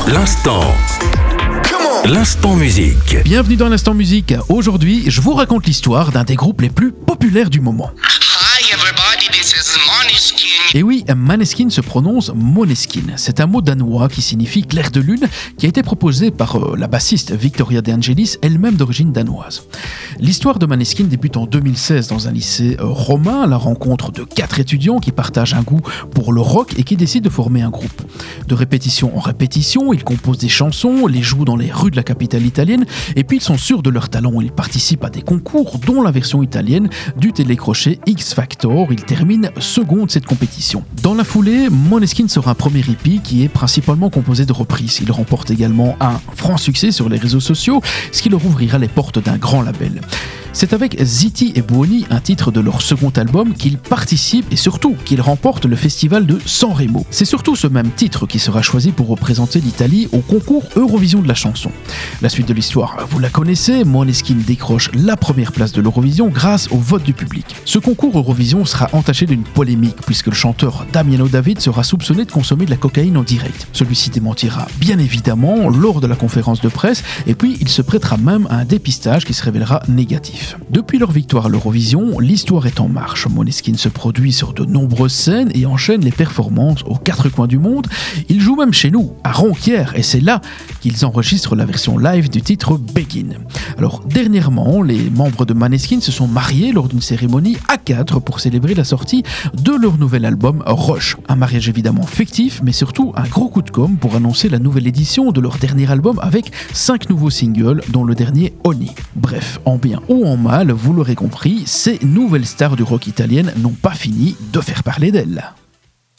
L'instant musique. Bienvenue dans l'Instant Musique. Aujourd'hui, je vous raconte l'histoire d'un des groupes les plus populaires du moment. Hi everybody, this is Måneskin. Et oui, Måneskin se prononce Måneskin. C'est un mot danois qui signifie clair de lune, qui a été proposé par la bassiste Victoria De Angelis, elle-même d'origine danoise. L'histoire de Måneskin débute en 2016 dans un lycée romain, à la rencontre de 4 étudiants qui partagent un goût pour le rock et qui décident de former un groupe. De répétition en répétition, ils composent des chansons, les jouent dans les rues de la capitale italienne, et puis ils sont sûrs de leur talent. Ils participent à des concours, dont la version italienne du télécrochet X Factor. Ils terminent second de cette compétition. Dans la foulée, Måneskin sort un premier EP qui est principalement composé de reprises. Il remporte également un franc succès sur les réseaux sociaux, ce qui leur ouvrira les portes d'un grand label. C'est avec Zitti e Buoni, un titre de leur second album, qu'ils participent et surtout qu'ils remportent le festival de Sanremo. C'est surtout ce même titre qui sera choisi pour représenter l'Italie au concours Eurovision de la chanson. La suite de l'histoire, vous la connaissez, Måneskin décroche la première place de l'Eurovision grâce au vote du public. Ce concours Eurovision sera entaché d'une polémique puisque le chanteur Damiano David sera soupçonné de consommer de la cocaïne en direct. Celui-ci démentira bien évidemment lors de la conférence de presse et puis il se prêtera même à un dépistage qui se révélera négatif. Depuis leur victoire à l'Eurovision, l'histoire est en marche. Måneskin se produit sur de nombreuses scènes et enchaîne les performances aux 4 coins du monde. Ils jouent même chez nous, à Ronquière, et c'est là qu'ils enregistrent la version live du titre Begin. Alors, dernièrement, les membres de Måneskin se sont mariés lors d'une cérémonie à 4 pour célébrer la sortie de leur nouvel album Rush. Un mariage évidemment fictif, mais surtout un gros coup de com' pour annoncer la nouvelle édition de leur dernier album avec 5 nouveaux singles, dont le dernier Oni. Bref, en bien ou en mal, vous l'aurez compris, ces nouvelles stars du rock italienne n'ont pas fini de faire parler d'elles.